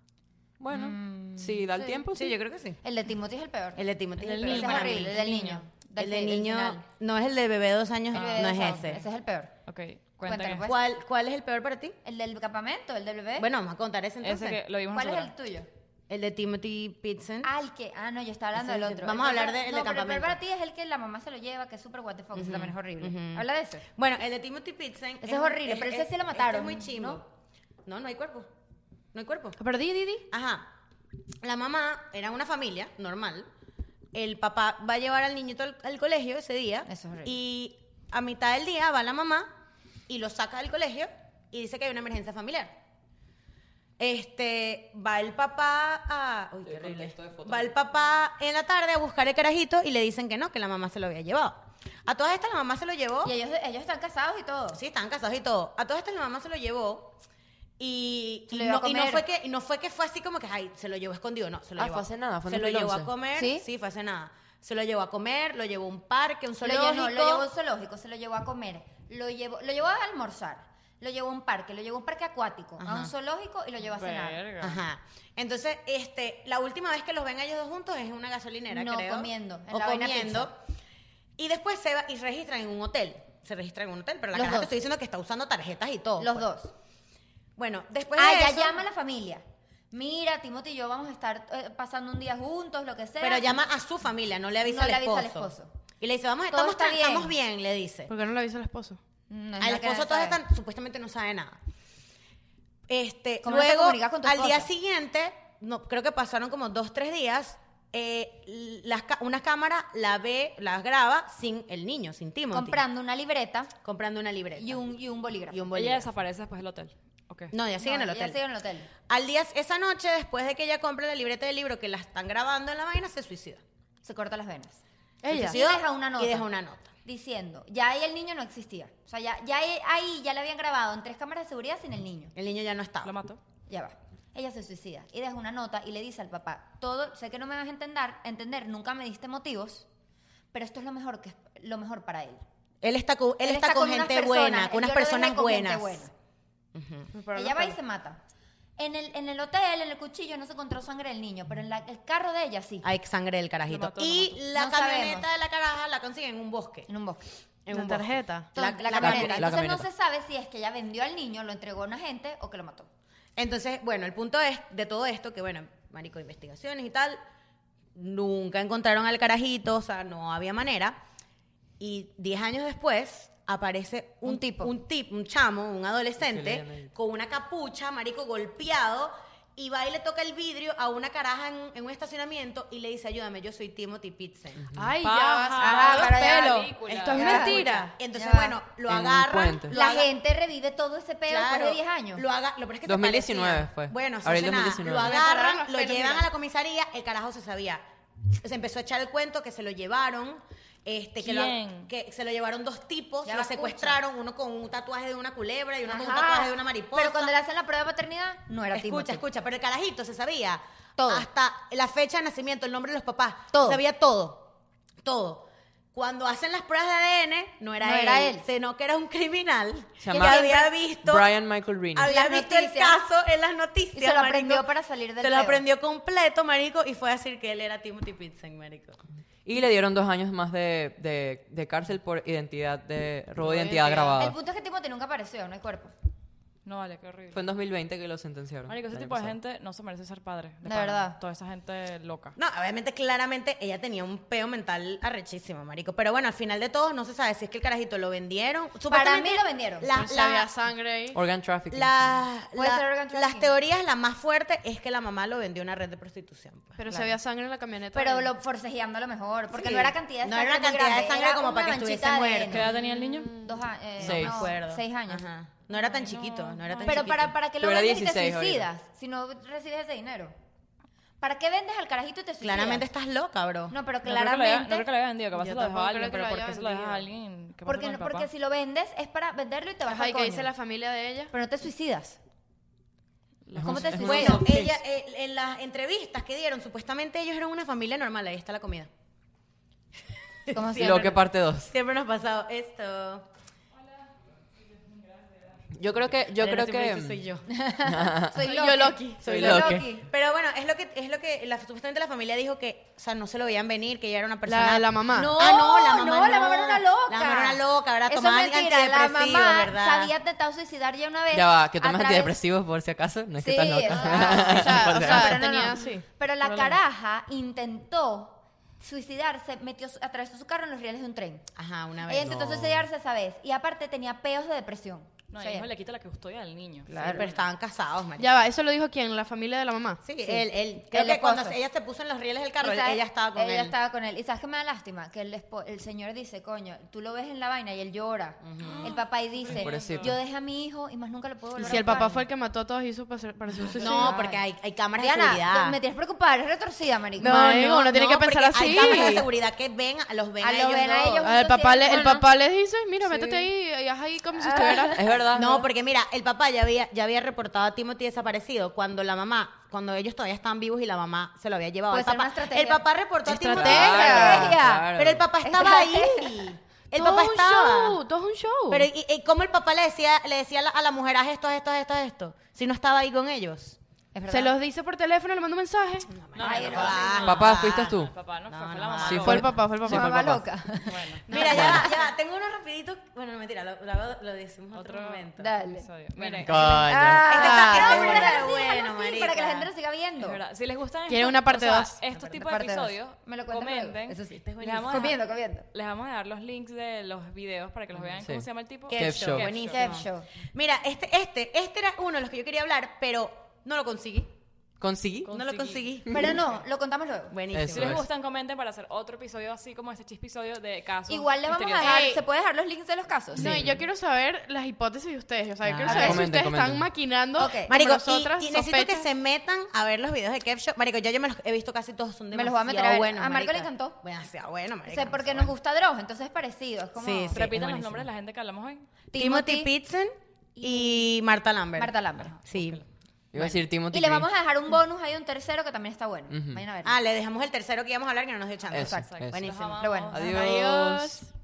Speaker 1: Bueno, si da el tiempo, sí.
Speaker 4: Sí, yo creo que sí.
Speaker 3: El de Timothy es el peor.
Speaker 4: El de Timothy.
Speaker 2: El del
Speaker 4: peor
Speaker 3: Ese es
Speaker 4: para
Speaker 3: horrible,
Speaker 4: mí.
Speaker 3: el del niño.
Speaker 4: El del niño,
Speaker 3: final.
Speaker 4: no es el de bebé de 2 años,
Speaker 3: El bebé
Speaker 4: no
Speaker 3: de
Speaker 4: es
Speaker 3: dos
Speaker 4: ese.
Speaker 3: años. Ese es el peor.
Speaker 5: Ok,
Speaker 3: Cuéntale,
Speaker 5: cuéntame.
Speaker 3: pues.
Speaker 4: ¿Cuál es el peor para ti?
Speaker 3: El del campamento, el del bebé.
Speaker 4: Bueno, vamos a contar ese entonces.
Speaker 5: Ese que lo vimos
Speaker 3: ¿Cuál es el
Speaker 5: nosotros.
Speaker 3: tuyo?
Speaker 4: El de Timothy Pitson.
Speaker 3: Ah, no, yo estaba hablando
Speaker 4: Ese
Speaker 3: del
Speaker 4: es el-
Speaker 3: otro.
Speaker 4: vamos a
Speaker 3: El
Speaker 4: hablar
Speaker 3: peor-
Speaker 4: del
Speaker 3: no,
Speaker 4: de
Speaker 3: pero el peor
Speaker 4: campamento.
Speaker 3: para ti es el que la mamá se lo lleva, que es súper what the fuck, ese también es horrible. Habla de ese.
Speaker 4: Bueno, el de Timothy Pitson.
Speaker 3: Ese es horrible, pero ese sí lo mataron,
Speaker 4: Es muy chimbo. No, no hay cuerpo. No hay cuerpo.
Speaker 2: pero di.
Speaker 4: Ajá. La mamá era una familia normal. El papá va a llevar al niñito al colegio ese día.
Speaker 3: Eso es horrible.
Speaker 4: Y a mitad del día va la mamá y lo saca del colegio y dice que hay una emergencia familiar. Va el papá a... Uy, qué horrible.
Speaker 1: contexto de foto.
Speaker 4: Va el papá en la tarde a buscar el carajito y le dicen que no, que la mamá se lo había llevado. A todas estas la mamá se lo llevó.
Speaker 3: Y ellos están casados y todo.
Speaker 4: Sí, estaban casados y todo. A todas estas la mamá se lo llevó y
Speaker 3: Se lo llevó a
Speaker 4: no
Speaker 3: comer.
Speaker 4: fue que fue así como que ay, se lo llevó escondido, no, se lo
Speaker 1: Ah,
Speaker 4: llevó.
Speaker 1: fue hace nada, fue en
Speaker 4: se lo llevó
Speaker 1: 2011.
Speaker 4: a comer,
Speaker 3: ¿Sí?
Speaker 4: sí, fue hace nada. Se lo llevó a comer, lo llevó a un parque, un
Speaker 3: Lo
Speaker 4: zoológico.
Speaker 3: llevó, lo llevó a un zoológico, se lo llevó a comer, lo llevó a almorzar, lo llevó a un parque, lo llevó a un parque acuático, a
Speaker 4: Ajá.
Speaker 3: un zoológico y lo llevó a cenar.
Speaker 5: Verga.
Speaker 4: Ajá. Entonces, la última vez que los ven a ellos dos juntos es en una gasolinera,
Speaker 3: No,
Speaker 4: creo.
Speaker 3: comiendo, en
Speaker 4: o
Speaker 3: la vaina
Speaker 4: comiendo. Y después se va y registran en un hotel. Se registran en un hotel, pero la
Speaker 3: Los
Speaker 4: caraja te
Speaker 3: dos.
Speaker 4: estoy diciendo que está usando tarjetas y todo.
Speaker 3: Los
Speaker 4: pues.
Speaker 3: dos.
Speaker 4: Bueno, después de
Speaker 3: Ya
Speaker 4: eso...
Speaker 3: llama a la familia. Mira, Timothy y yo vamos a estar pasando un día juntos, lo que sea.
Speaker 4: Pero llama a su familia, no le avisa,
Speaker 3: No
Speaker 4: al,
Speaker 3: le avisa
Speaker 4: esposo.
Speaker 3: al esposo.
Speaker 4: Y le dice,
Speaker 3: Todo está bien.
Speaker 4: estamos bien, le dice.
Speaker 2: ¿Por qué no le avisa al esposo?
Speaker 3: No es
Speaker 4: Al
Speaker 3: nada que
Speaker 4: esposo
Speaker 3: nadie
Speaker 4: todos
Speaker 3: sabe.
Speaker 4: están, supuestamente no sabe nada.
Speaker 3: ¿Cómo no te
Speaker 4: Luego,
Speaker 3: comunicas con tu
Speaker 4: al
Speaker 3: esposa?
Speaker 4: día siguiente, no, creo que pasaron como 2-3 días, una cámara las graba sin el niño, sin Timothy.
Speaker 3: Comprando una libreta
Speaker 4: Comprando una libreta.
Speaker 3: y un bolígrafo.
Speaker 4: Y un
Speaker 5: Ella
Speaker 4: bolígrafo.
Speaker 5: desaparece después del hotel. Ok.
Speaker 4: No, ya sigue en el
Speaker 3: No,
Speaker 4: hotel.
Speaker 3: ella sigue en el hotel.
Speaker 4: Al día, esa noche, después de que ella compre la libreta del libro que la están grabando en la vaina, se suicida.
Speaker 3: Se corta las venas.
Speaker 4: Se
Speaker 2: Ella.
Speaker 4: suicidó
Speaker 3: Y deja una nota.
Speaker 4: Y deja una nota.
Speaker 3: Diciendo, ya ahí el niño no existía. O sea, ahí ya le habían grabado en 3 cámaras de seguridad sin el niño.
Speaker 4: El niño ya no estaba.
Speaker 5: ¿Lo mató?
Speaker 3: Ya va. Ella se suicida y deja una nota y le dice al papá, sé que no me vas a entender, nunca me diste motivos, pero esto es lo mejor para él.
Speaker 4: Él está con
Speaker 3: unas
Speaker 4: gente buena, con unas
Speaker 3: yo lo dejé
Speaker 4: personas
Speaker 3: con gente
Speaker 4: buenas.
Speaker 3: buena. Ella va y se mata. En el hotel, en el cuchillo, no se encontró sangre del niño, pero en el carro de ella sí,
Speaker 4: Hay sangre del carajito.
Speaker 5: Lo mató,
Speaker 4: y
Speaker 5: lo mató.
Speaker 4: la
Speaker 3: No
Speaker 4: camioneta
Speaker 3: sabemos.
Speaker 4: de la caraja la consiguen en un bosque.
Speaker 3: en un bosque.
Speaker 4: En
Speaker 2: La
Speaker 4: un bosque.
Speaker 2: tarjeta.
Speaker 3: La
Speaker 4: la
Speaker 3: camioneta.
Speaker 4: camioneta.
Speaker 3: Entonces no
Speaker 1: camioneta.
Speaker 3: se sabe si es que ella vendió al niño, lo entregó a una gente o que lo mató.
Speaker 4: Entonces, bueno, el punto es de todo esto, que bueno, marico, investigaciones y tal, nunca encontraron al carajito, o sea, no había manera. Y 10 años después aparece un chamo, un adolescente, con una capucha, marico, golpeado, y va y le toca el vidrio a una caraja en un estacionamiento y le dice, ayúdame, yo soy Timothy Pitson.
Speaker 2: Ay, ya
Speaker 5: Paja.
Speaker 2: vas.
Speaker 3: Ajá,
Speaker 2: Los
Speaker 3: para allá.
Speaker 2: pelos.
Speaker 5: Película.
Speaker 2: Esto es
Speaker 3: Ya.
Speaker 2: mentira.
Speaker 4: Entonces,
Speaker 3: Ya.
Speaker 4: bueno, lo
Speaker 1: En un
Speaker 4: agarran.
Speaker 1: puente.
Speaker 3: La gente revive todo ese pedo después
Speaker 4: Claro,
Speaker 3: de 10 años.
Speaker 4: Lo peor es que se
Speaker 1: 2019
Speaker 4: parecían.
Speaker 1: fue.
Speaker 4: Bueno, se
Speaker 1: Abril
Speaker 4: hace nada.
Speaker 1: 2019.
Speaker 4: Lo
Speaker 2: Me pararon
Speaker 4: agarran,
Speaker 2: los
Speaker 4: lo
Speaker 2: pelos,
Speaker 4: llevan
Speaker 2: mira.
Speaker 4: a la comisaría, el carajo se sabía. Se empezó a echar el cuento que se lo llevaron.
Speaker 5: ¿Quién?
Speaker 4: Que se lo llevaron 2 tipos,
Speaker 3: Ya
Speaker 4: lo
Speaker 3: va,
Speaker 4: secuestraron, uno con un tatuaje de una culebra y uno con un
Speaker 3: Ajá.
Speaker 4: tatuaje de una mariposa.
Speaker 3: Pero cuando le hacen la prueba de paternidad, no era Timothy.
Speaker 4: Escucha, pero el carajito se sabía
Speaker 3: Todo.
Speaker 4: hasta la fecha de nacimiento, el nombre de los papás,
Speaker 3: Todo.
Speaker 4: sabía todo. Cuando hacen las pruebas de ADN, no era él, sino que era un criminal
Speaker 1: Se
Speaker 4: que
Speaker 1: llama
Speaker 4: había visto,
Speaker 1: Brian Michael Rennie.
Speaker 4: había
Speaker 3: Las
Speaker 4: visto el
Speaker 3: noticias.
Speaker 4: caso en las noticias,
Speaker 3: Y se lo
Speaker 4: marico.
Speaker 3: aprendió para salir del
Speaker 4: Se lo
Speaker 3: peo.
Speaker 4: aprendió completo, marico, y fue a decir que él era Timothy Pitzen, marico.
Speaker 1: Y le dieron 2 años más de cárcel por robo de identidad grabada.
Speaker 3: El punto es que Timothy nunca apareció, no hay cuerpo.
Speaker 5: No vale, qué horrible.
Speaker 1: Fue en 2020 que lo sentenciaron.
Speaker 5: Marico, ese
Speaker 1: el año
Speaker 5: tipo de
Speaker 1: pasado.
Speaker 5: gente no se merece ser padre.
Speaker 3: De
Speaker 5: pana.
Speaker 3: verdad.
Speaker 5: Toda esa gente loca.
Speaker 4: No, obviamente, claramente, ella tenía un peo mental arrechísimo, marico. Pero bueno, al final de todo, no se sabe si es que el carajito lo vendieron.
Speaker 3: Para
Speaker 4: Supuestamente,
Speaker 3: mí lo vendieron.
Speaker 2: Se había sangre ahí.
Speaker 1: Organ trafficking.
Speaker 3: Puede ser organ trafficking.
Speaker 4: las teorías, la más fuerte es que la mamá lo vendió a una red de prostitución. pues.
Speaker 2: Pero se había sangre en la camioneta.
Speaker 3: Pero
Speaker 2: de él.
Speaker 3: lo forcejeando a lo mejor. Porque
Speaker 4: Sí.
Speaker 3: no era cantidad de
Speaker 4: No
Speaker 3: sangre.
Speaker 4: era una
Speaker 3: muy
Speaker 4: cantidad de
Speaker 3: grande,
Speaker 4: sangre
Speaker 3: era
Speaker 4: como
Speaker 3: una
Speaker 4: para que
Speaker 3: manchita
Speaker 4: estuviese
Speaker 3: de
Speaker 4: muerto.
Speaker 3: ADN.
Speaker 5: ¿Qué edad tenía el niño?
Speaker 1: 6.
Speaker 3: No,
Speaker 4: Acuerdo.
Speaker 3: 6 años.
Speaker 4: Ajá. No era tan chiquito, no era tan
Speaker 3: Pero
Speaker 4: chiquito.
Speaker 3: para qué lo
Speaker 1: Pero era
Speaker 3: vendes y te
Speaker 1: 16 ahorita.
Speaker 3: suicidas si no recibes ese dinero. ¿Para qué vendes al carajito y te suicidas?
Speaker 4: Claramente estás loca, bro.
Speaker 3: No, pero
Speaker 5: No creo que
Speaker 3: claramente.
Speaker 5: le haya vendido, capaz
Speaker 2: Yo
Speaker 5: se lo dejó
Speaker 2: tampoco
Speaker 5: a alguien,
Speaker 2: creo que
Speaker 5: pero
Speaker 2: lo
Speaker 5: ¿por
Speaker 2: haya
Speaker 5: qué se lo dejas a
Speaker 2: vendido.
Speaker 5: alguien? ¿Qué pasó con el papá?
Speaker 3: Porque si lo vendes es para venderlo y te vas
Speaker 2: Ajá,
Speaker 3: a
Speaker 2: ¿y qué dice la familia de ella?
Speaker 3: Pero no te suicidas. ¿Cómo te
Speaker 1: es
Speaker 3: suicidas?
Speaker 4: Bueno,
Speaker 1: Sí.
Speaker 4: ella, en las entrevistas que dieron, supuestamente ellos eran una familia normal. Ahí está la comida.
Speaker 3: ¿Cómo
Speaker 1: Y lo que parte 2.
Speaker 4: Siempre nos ha pasado esto.
Speaker 1: Yo creo que
Speaker 4: Elena siempre dice, soy yo.
Speaker 3: Soy
Speaker 2: yo Loki.
Speaker 1: Soy Loki.
Speaker 4: Pero bueno, es lo que supuestamente la familia dijo que, o sea, no se lo veían venir, que ella era una persona.
Speaker 2: La mamá.
Speaker 3: No,
Speaker 4: la mamá
Speaker 3: no, la mamá era una loca.
Speaker 4: La mamá era una loca, ¿verdad?
Speaker 3: Eso
Speaker 4: Tomaba
Speaker 3: es mentira, la
Speaker 4: antidepresivos,
Speaker 3: mamá
Speaker 4: ¿verdad?
Speaker 3: se había intentado suicidar ya una vez.
Speaker 1: Ya va, que tomes
Speaker 3: a través-
Speaker 1: antidepresivos por si acaso. No es que
Speaker 3: Sí,
Speaker 1: estás loca.
Speaker 3: exacto.
Speaker 2: O sea,
Speaker 3: Pero no,
Speaker 2: tenía
Speaker 3: no.
Speaker 2: así.
Speaker 3: Pero la
Speaker 2: Problema.
Speaker 3: caraja intentó suicidarse, atravesó su carro en los rieles de un tren.
Speaker 4: Ajá, una vez.
Speaker 3: Ella intentó suicidarse esa vez y aparte tenía peos de depresión.
Speaker 5: No,
Speaker 3: O
Speaker 5: y
Speaker 3: sea,
Speaker 5: hijo le quita la custodia al niño.
Speaker 4: Sí, pero estaban casados, marico.
Speaker 2: Ya va, ¿eso lo dijo quién? ¿La familia de la mamá?
Speaker 4: Sí,
Speaker 3: Sí.
Speaker 4: él creo
Speaker 3: El
Speaker 4: que cuando
Speaker 3: esposo.
Speaker 4: ella se puso en los rieles del carro,
Speaker 3: ¿Y sabes?
Speaker 4: ella estaba con
Speaker 3: Ella
Speaker 4: él.
Speaker 3: estaba con él. ¿Y sabes qué me da lástima? Que el señor dice, coño, tú lo ves en la vaina y él llora. El papá y dice,
Speaker 1: Pobrecito.
Speaker 3: yo dejé a mi hijo y más nunca lo puedo
Speaker 2: Y
Speaker 3: volver
Speaker 2: si
Speaker 3: a
Speaker 2: el papá
Speaker 3: buscar".
Speaker 2: fue el que mató a todos y hizo parecer un suicidio.
Speaker 4: No, porque hay cámaras de
Speaker 3: Diana,
Speaker 4: seguridad.
Speaker 3: me tienes preocupada, eres retorcida, marico.
Speaker 2: No, marico, uno tiene que
Speaker 4: porque
Speaker 2: pensar
Speaker 4: Hay
Speaker 2: así.
Speaker 4: cámaras de seguridad que los ven
Speaker 3: Ah,
Speaker 4: a
Speaker 3: lo
Speaker 4: ellos
Speaker 3: ven a
Speaker 4: dos.
Speaker 3: ellos.
Speaker 2: El papá,
Speaker 3: Bueno.
Speaker 2: el papá les dice, mira, métete ahí y haz ahí como si estuviera...
Speaker 1: Es verdad.
Speaker 4: No, porque mira, el papá ya había reportado a Timothy desaparecido cuando ellos todavía estaban vivos y la mamá se lo había llevado.
Speaker 3: Puede
Speaker 4: El
Speaker 3: ser
Speaker 4: papá,
Speaker 3: una estrategia.
Speaker 4: el papá reportó a Timothy.
Speaker 3: Estrategia.
Speaker 1: Claro.
Speaker 4: Pero el papá estaba ahí. El papá estaba.
Speaker 2: Todo es un show.
Speaker 4: Pero ¿y cómo el papá le decía a la mujer, haz esto, si no estaba ahí con ellos?
Speaker 3: Es verdad.
Speaker 2: Se los dice por teléfono, le manda un mensaje.
Speaker 3: Ay, no.
Speaker 1: Papá, ¿fuiste tú?
Speaker 5: El papá no fue, fue la
Speaker 4: no,
Speaker 5: mamá.
Speaker 1: Sí,
Speaker 5: loca.
Speaker 2: Fue el papá, fue el papá.
Speaker 1: Sí, fue el
Speaker 3: Mamá
Speaker 1: papá.
Speaker 3: loca.
Speaker 5: Bueno,
Speaker 4: Mira, ya, tengo uno rapidito. Bueno, no, mentira, lo decimos otro
Speaker 5: otro
Speaker 4: momento.
Speaker 3: Dale.
Speaker 5: episodio. Miren,
Speaker 1: Coño.
Speaker 4: Este
Speaker 3: no,
Speaker 4: está
Speaker 3: pero
Speaker 4: bueno,
Speaker 3: déjalo así,
Speaker 4: marica.
Speaker 3: para que la gente lo siga viendo.
Speaker 5: es verdad. Si les gustan
Speaker 2: Quieren
Speaker 5: estos-
Speaker 2: una parte
Speaker 5: o sea,
Speaker 2: dos.
Speaker 5: estos tipos de
Speaker 3: Parte dos.
Speaker 5: episodios,
Speaker 3: Me lo cuentas luego.
Speaker 5: comenten.
Speaker 3: Eso sí.
Speaker 5: Les vamos a dejar-
Speaker 3: Comiendo.
Speaker 5: Les vamos a dar los links de los videos para que los vean.
Speaker 1: Sí.
Speaker 5: ¿Cómo se llama el tipo?
Speaker 4: Kev
Speaker 1: Show.
Speaker 4: Buenísimo.
Speaker 3: Kev Show.
Speaker 4: Mira, este era uno de los que yo quería hablar, pero no lo conseguí.
Speaker 1: ¿Conseguí?
Speaker 4: No lo conseguí.
Speaker 3: Pero no, lo contamos luego.
Speaker 4: Buenísimo.
Speaker 1: Eso
Speaker 5: Si les
Speaker 1: es.
Speaker 5: gustan, comenten para hacer otro episodio así como este chispisodio de casos.
Speaker 3: Igual le vamos a
Speaker 5: misteriosos.
Speaker 3: dejar,
Speaker 2: Ey.
Speaker 3: ¿se puede dejar los links de los casos?
Speaker 2: No, y yo quiero saber las hipótesis de ustedes. O sea, yo quiero
Speaker 4: Ah,
Speaker 2: saber si
Speaker 1: comenten,
Speaker 2: ustedes
Speaker 1: comenten.
Speaker 2: están maquinando
Speaker 3: Ok.
Speaker 2: como
Speaker 4: Marico,
Speaker 2: nosotras,
Speaker 4: y necesito que
Speaker 2: sospechas.
Speaker 4: se metan a ver los videos de Kev Show. Marico, yo me los he visto casi todos, son
Speaker 3: Me
Speaker 4: demasiado
Speaker 3: los voy a meter a ver.
Speaker 4: buenos,
Speaker 3: A Marco
Speaker 4: marica.
Speaker 3: le encantó.
Speaker 4: Demasiado bueno,
Speaker 3: O
Speaker 4: marica.
Speaker 3: sea, porque
Speaker 4: demasiado
Speaker 3: nos gusta Dross, entonces es parecido. Es como
Speaker 4: Sí, sí.
Speaker 5: Repitan los
Speaker 4: buenísimo.
Speaker 5: nombres de la gente que hablamos hoy.
Speaker 4: Timothy Pitzen y Marta Lambert.
Speaker 3: Marta Lambert.
Speaker 4: Sí.
Speaker 1: Iba a decir Timothy
Speaker 3: Y le
Speaker 1: Green.
Speaker 3: vamos a dejar un bonus ahí, un tercero que también está bueno.
Speaker 1: Ujú.
Speaker 3: Vayan a ver.
Speaker 4: Ah, le dejamos el tercero que íbamos a hablar que no nos dio chance.
Speaker 1: Eso,
Speaker 3: Exacto.
Speaker 1: eso.
Speaker 4: Buenísimo.
Speaker 5: Los
Speaker 3: Pero bueno.
Speaker 5: amamos.
Speaker 1: Adiós.
Speaker 2: Adiós.